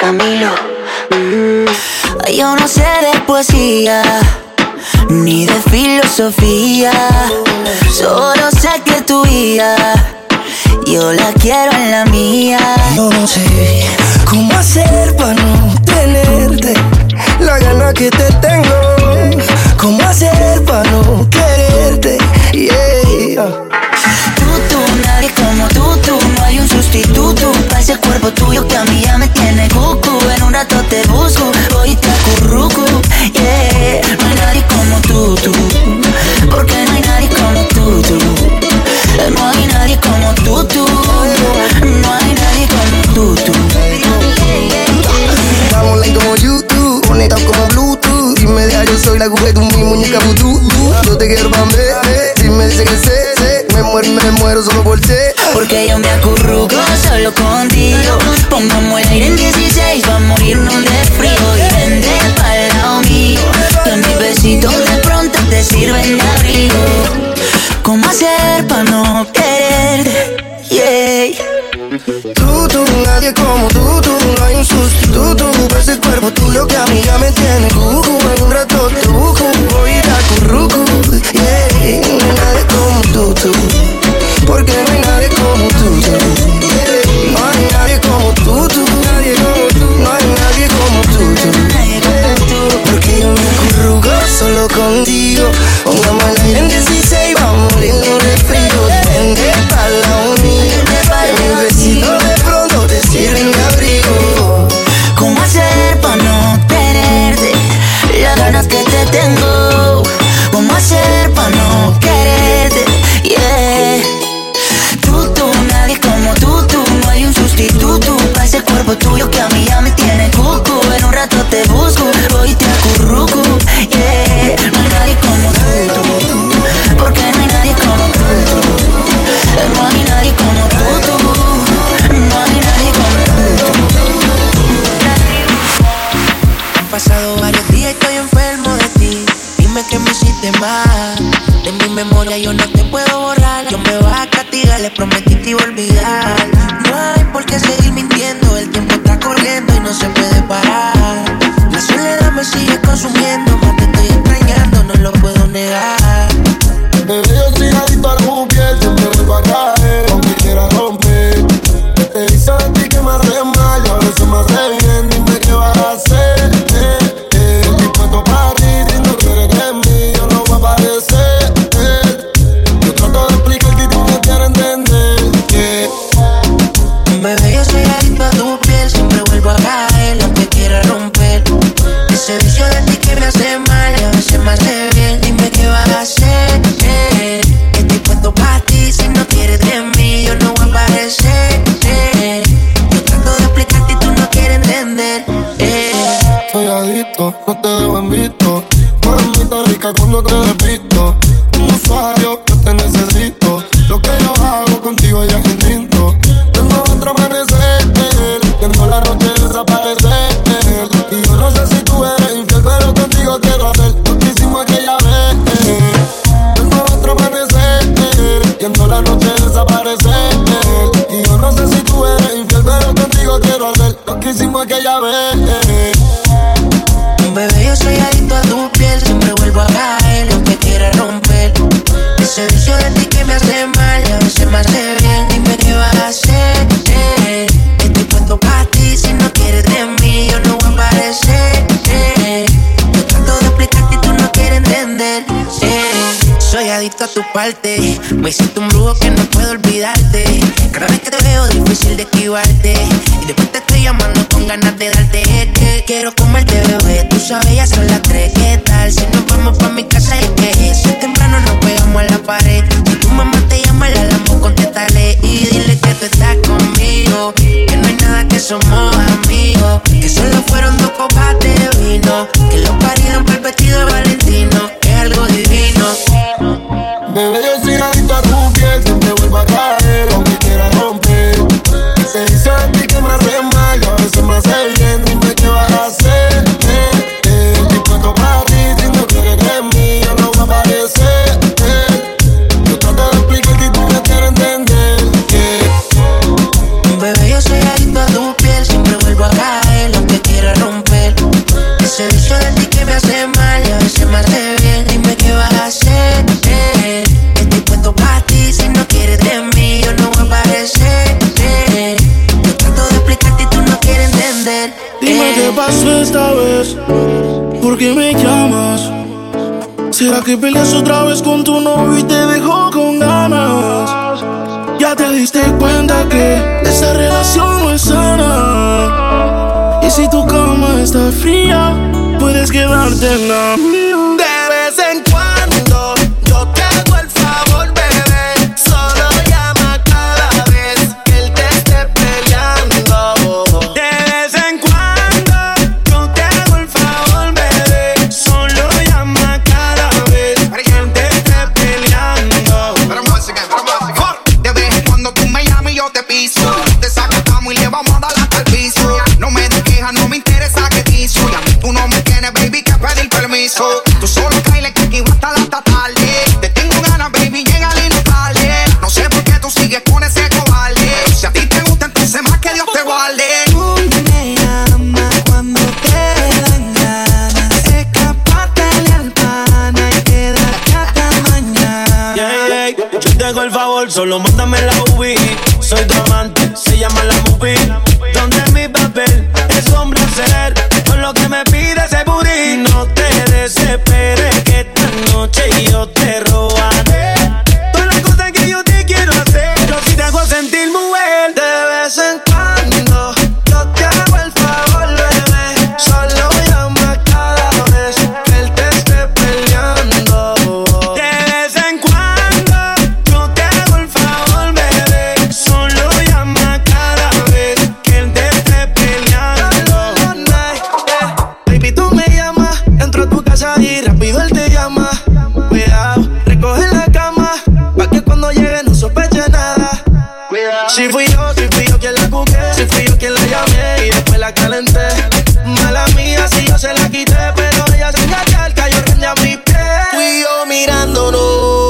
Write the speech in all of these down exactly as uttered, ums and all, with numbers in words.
Camilo. Mm. Yo no sé de poesía ni de filosofía, solo sé que tu hija yo la quiero en la mía. Yo no sé cómo hacer para no tenerte la gana que te tengo. Cómo hacer para no quererte, yeah. Tú, tú, nadie como tú, tú. No hay un sustituto para ese cuerpo tuyo que a mí ya me tiene cucu. En un rato te busco, hoy te acurruco, yeah. No hay nadie como tú, tú. Porque no hay nadie como tú, tú. No hay nadie como tú, tú. No hay nadie como tú, tú. Estamos like como YouTube, conectados como Bluetooth. Si me dejas yo soy la Google, tú mi muñeca vudú. Yo te quiero pa' bebé, si me dice que sé, sé. Me muero, me muero solo por ti. Porque yo me acurruco solo contigo. Pongamos el aire en dieciséis pa' morirnos de frío. Y vente pa'l lado mío, que mis besitos de pronto te sirven de abrigo. ¿Cómo hacer pa' no quererte? Yeah. Tú, tú, nadie como tú, tú. No hay un sustituto para ese cuerpo tuyo que a mí ya me tiene cucu. En un rato te busco, voy a ir a currucu, yeah. No hay nadie como tú, tú. Porque no hay nadie como tú, tú. No hay nadie como tú, tú. Nadie como tú. No hay nadie como tú, tú. Porque yo me acurruco solo contigo. Pongamos el aire en dieciséis, vamos a morirnos de frío. Vente pa'l lado mío, que mis besitos de pronto te sirven de abrigo. ¿Cómo hacer pa' no tenerte las ganas que te tengo? ¿Cómo hacer pa' no quererte? Yeah. Tú, tú, nadie como tú, tú. No hay un sustituto para ese cuerpo tuyo que a mí ya me tiene cucu. En un rato te busco, hoy te acurruco, yeah. No hay nadie como tú, tú. Porque no hay nadie como tú, tú. No hay nadie como tú, tú. No hay nadie como tú, tú. Han pasado varios días y estoy enfermo de ti. Dime que me hiciste mal. De mi memoria yo no te puedo borrar. Yo me voy a castigar, le prometí te iba a olvidar. No hay por qué seguir mintiendo. El tiempo está corriendo y no se puede parar. La soledad me sigue consumiendo. Más te estoy extrañando, no lo puedo negar. Bebé, yo soy adicto a tu piel. Siempre vuelvo a caer, aunque quiera romper. Te dice a ti que me hace mal y a veces me hace bien. Dime qué vas a hacer, eh, eh. Estoy puesto para ti, si no quieres de mí yo no voy a aparecer, eh. Yo trato de explicar y tú no quieres entender, yeah. Bebé, yo soy adicto a tu piel. Siempre vuelvo a caer, aunque quiera romper. Ese vicio de ti que me hace mal y a veces me hace bien. Dime qué vas a hacer, eh. Estoy puesto para ti, si no quieres de mí yo no voy a aparecer, eh. Yo trato de explicarte y tú no quieres entender, eh. Soy adicto, no te dejo en visto. Mamita rica cuando te despisto. Un usuario, yo te necesito. Lo que yo hago contigo ya es instinto. Tengo otro amanecer, viendo la noche desaparecer. Y yo no sé si tú eres infiel, pero contigo quiero hacer lo que hicimos aquella vez. Tengo otro amanecer, viendo la noche desaparecer. Y yo no sé si tú eres infiel, pero contigo quiero hacer lo que hicimos aquella vez. Bebé, yo soy adicto a tu piel. Siempre vuelvo a caer, aunque quiera romper. Ese vicio de ti que me hace mal y a veces me hace bien. Dime qué vas a hacer, eh. Estoy puesto para ti, si no quieres de mí yo no voy a aparecer, eh. Yo trato de explicarte y tú no quieres entender, eh. Soy adicto a tu parte. Me hiciste un brujo que no puedo olvidarte. Cada vez que te veo difícil de esquivarte. Y después te estoy llamando con ganas de darte, eh. Quiero comerte, bebé, tú sabes ya son las tres. ¿Qué tal si nos vamos pa' mi casa y que es? Si temprano nos pegamos a la pared. Si tu mamá te llama la llamo, contéstale y dile que tú estás conmigo. Que no hay nada, que somos amigos. Que solo fueron dos copas de vino. Que los paridos por el vestido de Valentino. Es algo divino. Bebé, yo soy adicto a tu piel. Siempre vuelvo a caer, aunque quiera romper. Se dice a ti que me hace mal y a veces me hace bien. Dime qué vas a hacer, eh, eh. Estoy puesto para ti, si no quieres de mí yo no voy a aparecer, eh. Yo trato de explicar y tú no quieres entender, yeah. Bebé, yo soy adicto a tu piel. pasó esta vez? ¿Por qué me llamas? ¿Será que peleas otra vez con tu novio y te dejó con ganas? Ya te diste cuenta que esta relación no es sana. Y si tu cama está fría, puedes quedarte en la mía. De vez en cuando yo te hago el favor, bebé. Solo llama cada vez que él te esté peleando. De vez en cuando yo te hago el favor, bebé. Solo llama cada vez que él te esté peleando. Pero música, pero música. De vez en cuando tú me llamas y yo te piso. Te sacamos y le vamos a dar hasta el piso. No me des quejas, no me interesa que te hizo. Y a mí tú no me tienes, baby, que pedir permiso. Tú solo caile que aquí va hasta la tarde. Te tengo ganas, baby, llega y no tarde. No sé por qué tú sigues con ese cobarde. Si a ti te gusta, entonces más que Dios te guarde. Tú me llamas cuando te dan ganas. Escapátele al pana y quédate hasta mañana. Yeah, yeah. Yo te hago el favor, solo mándame la U V. Soy tu amante, se llama la movie. Donde mi papel es un placer. Con lo que me pide ese booty. No te desesperes que esta noche yo te robaré. Todas las cosas que yo te quiero hacer. Yo sí te hago sentir mujer. De vez en cuando yo te hago el favor, bebé. Solo llama cada vez que él te esté peleando. De vez en cuando yo te hago el favor, bebé. Solo llama cada vez que él te esté peleando. Baby, tú me llamas, entro a tu casa y rápido él te llama. Cuidado, recoge la cama, pa' que cuando llegue no sospeche nada. Cuidado. Si fui yo, si fui yo quien la cuqué, si fui yo quien la llamé y después la calenté. Mala mía si yo se la quité, pero ella se engaña, cayó rende a mis pies. Fui yo mirándonos,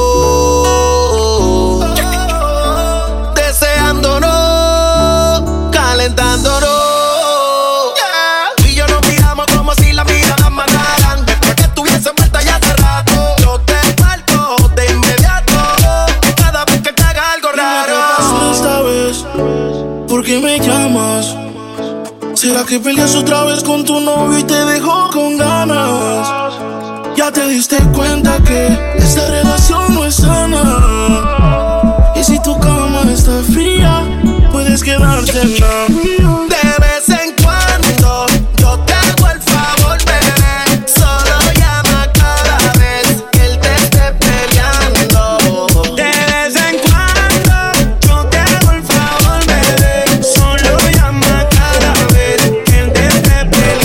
deseándonos, calentándonos. Tú y yo nos miramos como si la vida las mataran. Después que estuviese muerta ya hace rato. Yo te parto de inmediato cada vez que te haga algo raro. Esta vez, ¿por qué me llamas? ¿Será que peleas otra vez con tu novio y te dejó con ganas? Ya te diste cuenta que esta relación no es sana. Y si tu cama está fría, puedes quedarte en la mía. De vez en cuando yo te hago el favor, bebé. Solo llama cada vez que él te esté peleando. De vez en cuando yo te hago el favor, bebé. Solo llama cada vez que él te esté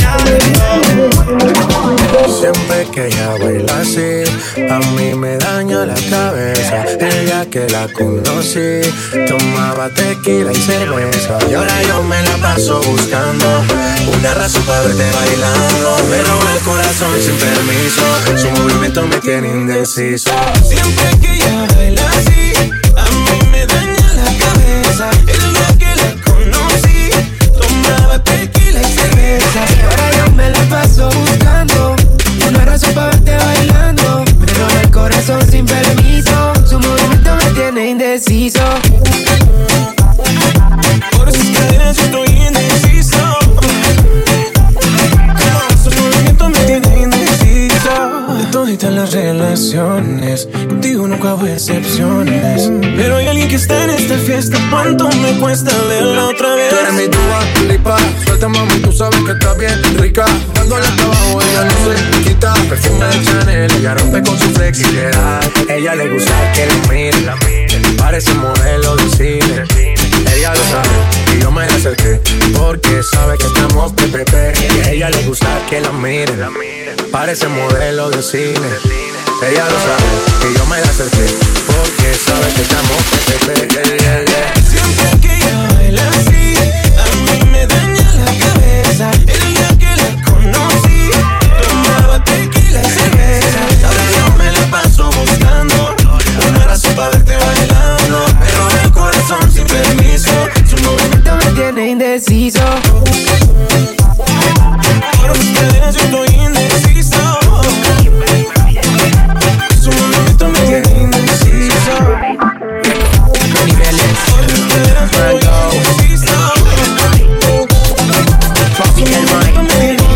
peleando. Siempre que ella baila así, a mí me daña la cabeza. Ella que la conocí, tomaba tequila y cerveza. Y ahora yo me la paso buscando una razón para verte bailando. Me roba el corazón sin permiso, su movimiento me tiene indeciso. Siempre que ella baila así, a mí me daña la cabeza. El día que la conocí, tomaba tequila y cerveza. Ahora yo me la paso buscando una razón para verte bailando. Me roba el corazón sin permiso, su movimiento me tiene indeciso. Por esas cadenas yo estoy indeciso. Su movimiento me tiene indeciso. De toditas las relaciones, contigo nunca hubo excepciones. Pero hay alguien que está en esta fiesta. ¿Cuánto me cuesta verla otra vez? Tú eres mi tuba, lipa, suelta mami, tú sabes que estás bien rica. Dándole hasta abajo, ella no se quita. Perfume de Chanel, ella rompe con su flexibilidad. Ella le gusta que la miren, parece modelo de cine. Ella lo sabe y yo me la acerqué porque sabe que estamos P P P. Y a ella le gusta que la miren, parece modelo de cine. Ella lo sabe y yo me la acerqué porque sabe que estamos P P P. Yeah, yeah, yeah. Siempre que ella baila así, a mí me daña la cabeza. El día que la conocí, tomaba tequila y cerveza. Ahora yo me la paso buscando una razón para verte bailando. Pero el corazón sin permiso, su movimiento Me tiene indeciso. por ustedes yo estoy indeciso. Su movimiento me tiene indeciso. Niveles. Por ustedes yo estoy indeciso. Su movimiento me tiene indeciso.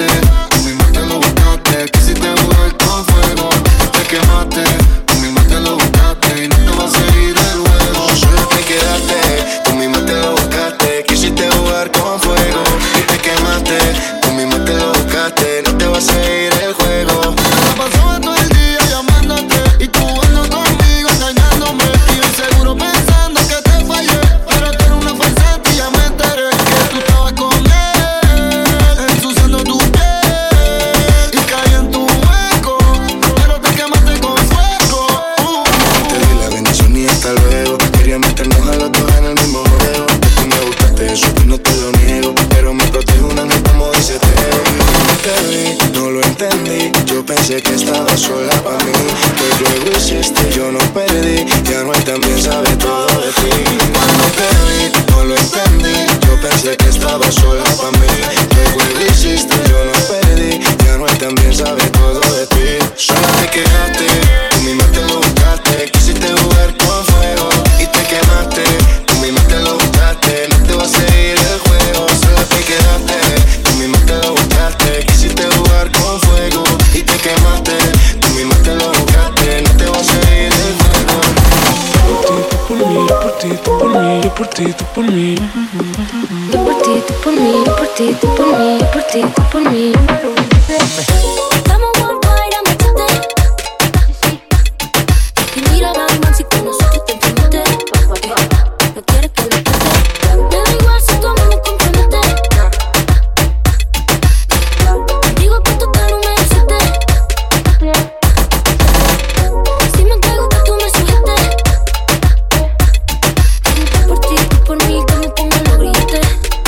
quedaste, con mi mente lo buscaste. Quisiste jugar con fuego y te quemaste. Con mi mente lo buscaste y no te va a seguir el juego. Solo te quedaste, con mi mente lo buscaste. Quisiste jugar con fuego y te quemaste. Con mi mente lo buscaste, no te va a seguir el juego. Me la pasaba todo el día llamándote y tú jugando conmigo, engañándome. Y yo seguro pensando que te fallé, pero tú eres una farsante y ya me enteré que tú estabas con él, ensuciando tu piel y caí en tu hueco, pero te quemaste con fuego. uh. Te di la bendición y hasta luego. Quería meternos a los dos en el mismo juego. Tú me gustaste, eso que no te lo niego, pero me protege una noche como dice Teo. Cuando te vi, no lo entendí. Yo pensé que estaba sola pa' mí, pues luego hiciste, yo no perdí. Ya no hay, también sabe todo de ti. Cuando te vi, no lo entendí. Yo pensé que estaba sola pa' mí, pues luego hiciste, yo no perdí. Ya no hay, también sabe todo de ti. Solo te quedaste, con mi mente lo buscaste. Quisiste jugar con fuego y te quemaste. Con mi mente lo buscaste, no te va a seguir el juego. Solo te quedaste, con mi mente lo buscaste. Quisiste jugar con fuego y te quemaste. Con mi mente lo buscaste, no te va a seguir el juego. Por ti, tú por mí, yo por ti, tú por mí. Yo por ti, tú por mí, yo por ti, tú por mí, yo por ti, tú por mí. Estamos worldwide, amégate. Y mira, Batman, si con nosotros te entremete. No quieres que lo quite. Me da igual si tú a mí me comprometes. Digo que total no me hiciste. Si me entrego que tú me sujetes. Por ti, tú por mí, que me pongan los grilletes.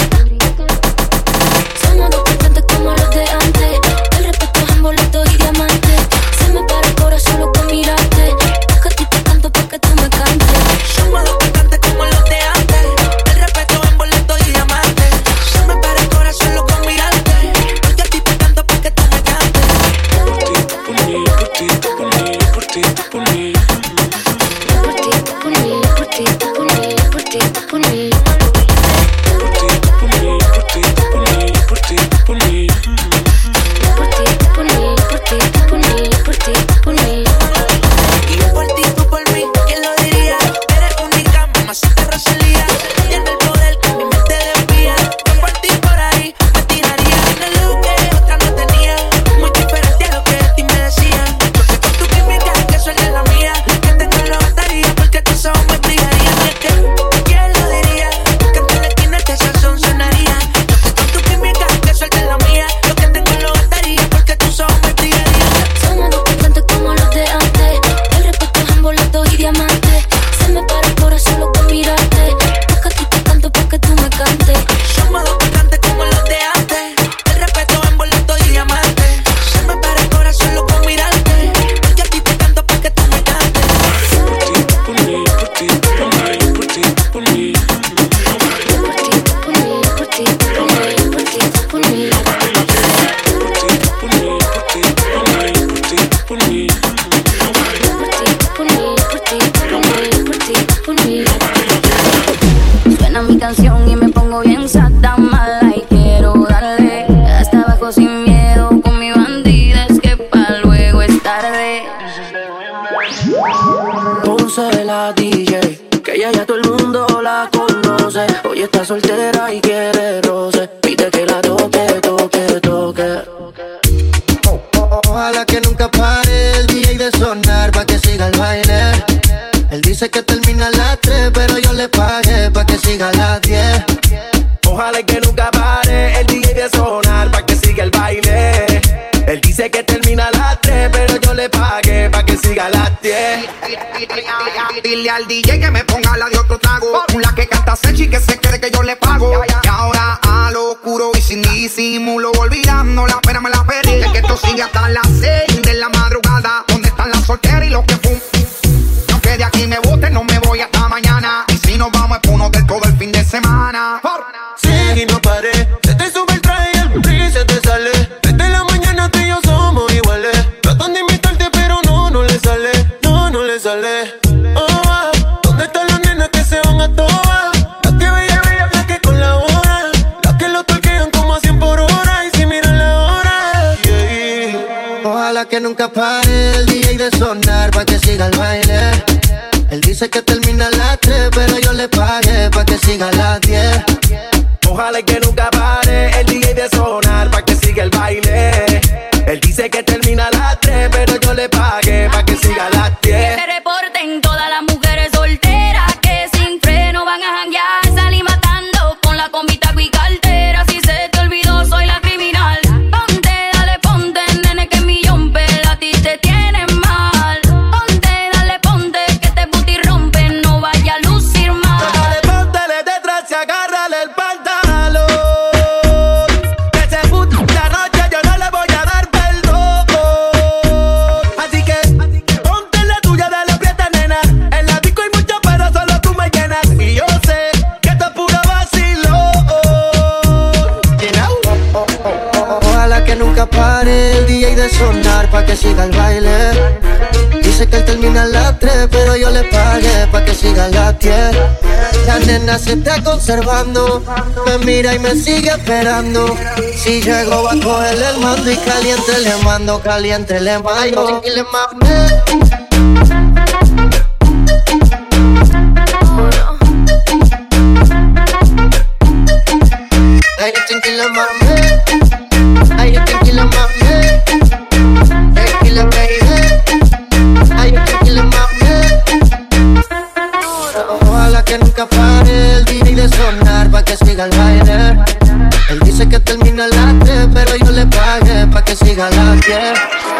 Somos dos cantantes como los de antes. El respeto es en boletos y diamantes. Se me para el corazón solo con mirarte. Que a ti te canto pa' que tú me cantes. Somos dos cantantes como los de antes. El respeto en boletos y diamantes. Se me para el corazón solo con mirarte. Porque a ti te canto pa' que tú me cantes. Por ti, por ti, por mí, por ti, por mí. Por ti, tú por mí, por ti, tú por mí, por ti, tú por mí. Por ti, por mí, por ti, por mí, por ti, por mí. Por ti, tú por mí, por ti, tú por mí, por ti, tú por mí. Y yo por ti, tú por mí, ¿quién lo diría? Eres única, mamacita Rosalía. Tiene el poder que mi mente desvía. Yo por ti por ahí me tiraría. Tiene lo que otra no tenía. Muy diferente a lo que de ti me decían. Porque con tu química que soy de la mía. Que tengo lo batería porque tus ojos me brillarían. Y es que, ¿quién lo diría? Que en la esquina este sazón sonaría. Porque con tu química que soy de la mía. Lo que tengo lo batería porque tus ojos me brillarían. Somos dos cantantes como los de antes. El respeto es en boletos y diamantes. Se me para el corazón solo con mirarte. Porque a ti te canto pa' que tú me cantes. Somos dos cantantes como los de antes. El respeto en boletos y diamantes. Se me para el corazón solo con mirarte. Porque a ti te canto pa' que tú me cantes. Por mí, por ti, por mí, por ti, por mí. Por ti, tú por mí, por ti, tú por mí, por ti, tú por mí. Por ti, por mí, por ti, por mí, por ti, por mí. Por ti, tú por mí, por ti, tú por mí, por ti, tú por mí. Suena mi canción y me pongo bien sata mala y quiero darle hasta abajo sin miedo con mi bandida. Es que pa' luego es tarde. Ponce la D J, que ella ya todo el mundo la conoce. Hoy está soltera y quiere roce. Pide que la toque, toque, toque. Ojalá que nunca pare el D J de sonar pa' que siga el baile. Él dice que termina a las tres, pero yo le pagué pa' que siga a las diez. Ojalá que nunca pare el D J de sonar pa' que siga el baile. Él dice que termina a las tres, pero yo le pagué pa' que siga a las diez. Dile al D J que me ponga la de otro trago. La que canta Sechi que se cree que yo le pago. Y ahora a lo oscuro y sin disimulo, olvidando la pena me la perdí. Es que esto sigue hasta las seis de la madrugada. ¿Dónde están las solteras y los que fum? Y aunque de aquí me boten, no me voy hasta mañana. Y si nos vamos es por un hotel todo el fin de semana. Sigue y no paré. Se te sube el traje y el brillo se te sale. Desde la mañana tú y yo somos iguales. Tratan de invitarte pero no, no le sale. No, no le sale. Oh, ah, ¿dónde están las nenas que se van a todas? Las que bella, bella, las que con la hora. Las que lo torquean como a cien por hora. Y si miran la hora, Ojalá que nunca pare el D J de sonar pa' que siga el baile. Él dice que termina a las tres, pero yo le pagué pa' que siga a las diez. Ojalá que nunca pare el D J de sonar pa' que siga el baile. Él dice que termina a las tres, pero yo le pagué pa' que siga a las diez. Que se reporten todas las mujeres solteras que sin freno van a janguear. Salí matando con la combita y cartera. Si se te olvidó, soy la criminal. Ponte, dale, ponte, nene, que mi yompe a ti te tiene mal. Ponte, dale, ponte, que te booty rompe, no vaya a lucir mal. Dale, póntele detrás y agárrale el pantalón. Que ese booty esta noche yo no le voy a dar perdón. Así que ponte la tuya, dale, aprieta, nena. En la disco hay mucho, pero solo tú me llenas. Y yo sé que esto es puro vacilón. Ojalá que nunca pare el D J de sonar pa' que siga el baile. Dice que él termina a las tres, pero yo le pagué pa' que siga a las diez. La nena se está conservando, me mira y me sigue esperando. Si llego va a coger el mando y caliente le mando, caliente le mando. Y le mando. Ay, tranquila, mami. Ay, tranquila, mami. Tranquila, baby. Ay, tranquila, mami. Ojalá que nunca pare el D J de sonar pa' que siga el baile. Él dice que termina a las tres, pero yo le pagué pa' que siga a las diez.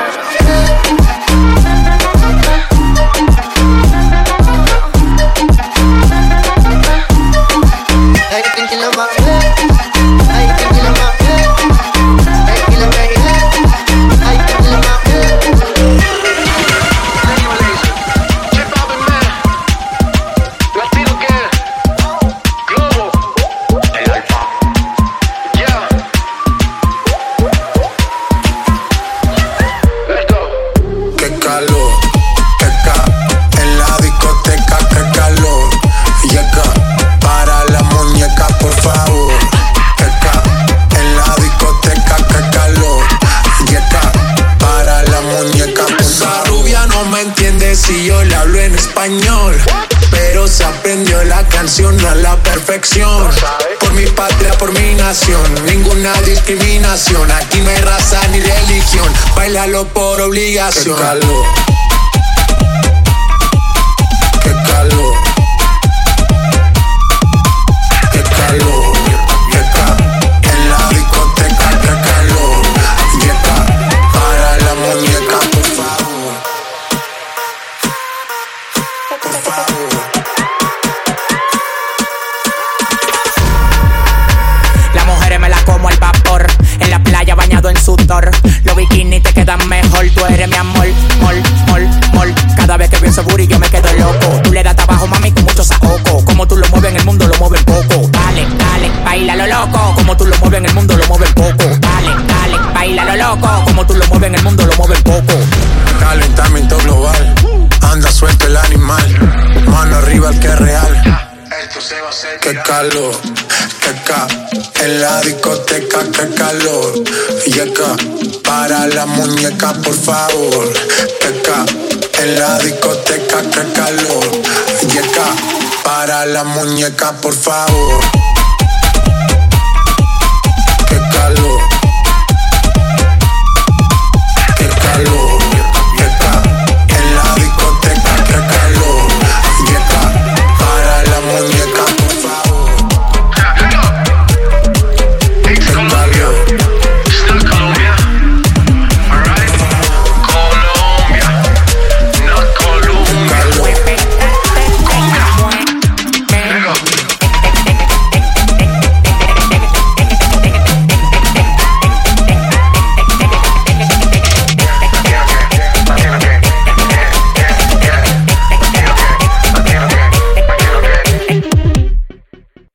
Ay, tranquila, mami. Ay, tranquila, mami. Tranquila, baby. Ay, tranquila, mami. Qué calor, qué ca, en la discoteca, qué calor. Y acá, para la muñeca, por favor. Qué ca, en la discoteca, qué calor. Y acá, para la muñeca, por favor. Esa rubia no me entiende si yo le hablo en español, pero se aprendió la canción a la perfección. Por mi patria, por mi nación, ninguna discriminación. Aquí no hay raza ni religión, bailalo por obligación. Qué calor, qué calor, qué calor, qué calor. En la discoteca, qué calor, qué calor. Para la muñeca, por favor, por favor. Las mujeres me las como al vapor, en la playa bañado en sudor. Los bikinis te quedan mejor, tú eres mi amor, mol, mol, mol. Cada vez que veo ese booty yo me quedo loco. Tú le das trabajo, mami, con mucho saoco. Como tú lo mueves en el mundo, lo mueves poco. Dale, dale, baila lo loco. Como tú lo mueves en el mundo, lo mueves poco. Dale, dale, baila lo loco. Como tú lo mueves en el mundo, lo mueves poco. Calentamiento global, anda suelto el animal. Mano arriba el que es real. Qué calor, qué ca, en la discoteca, qué calor. Y acá, para la muñeca, por favor. Qué ca, en la discoteca, qué calor. Y acá, para la muñeca, por favor. Qué calor.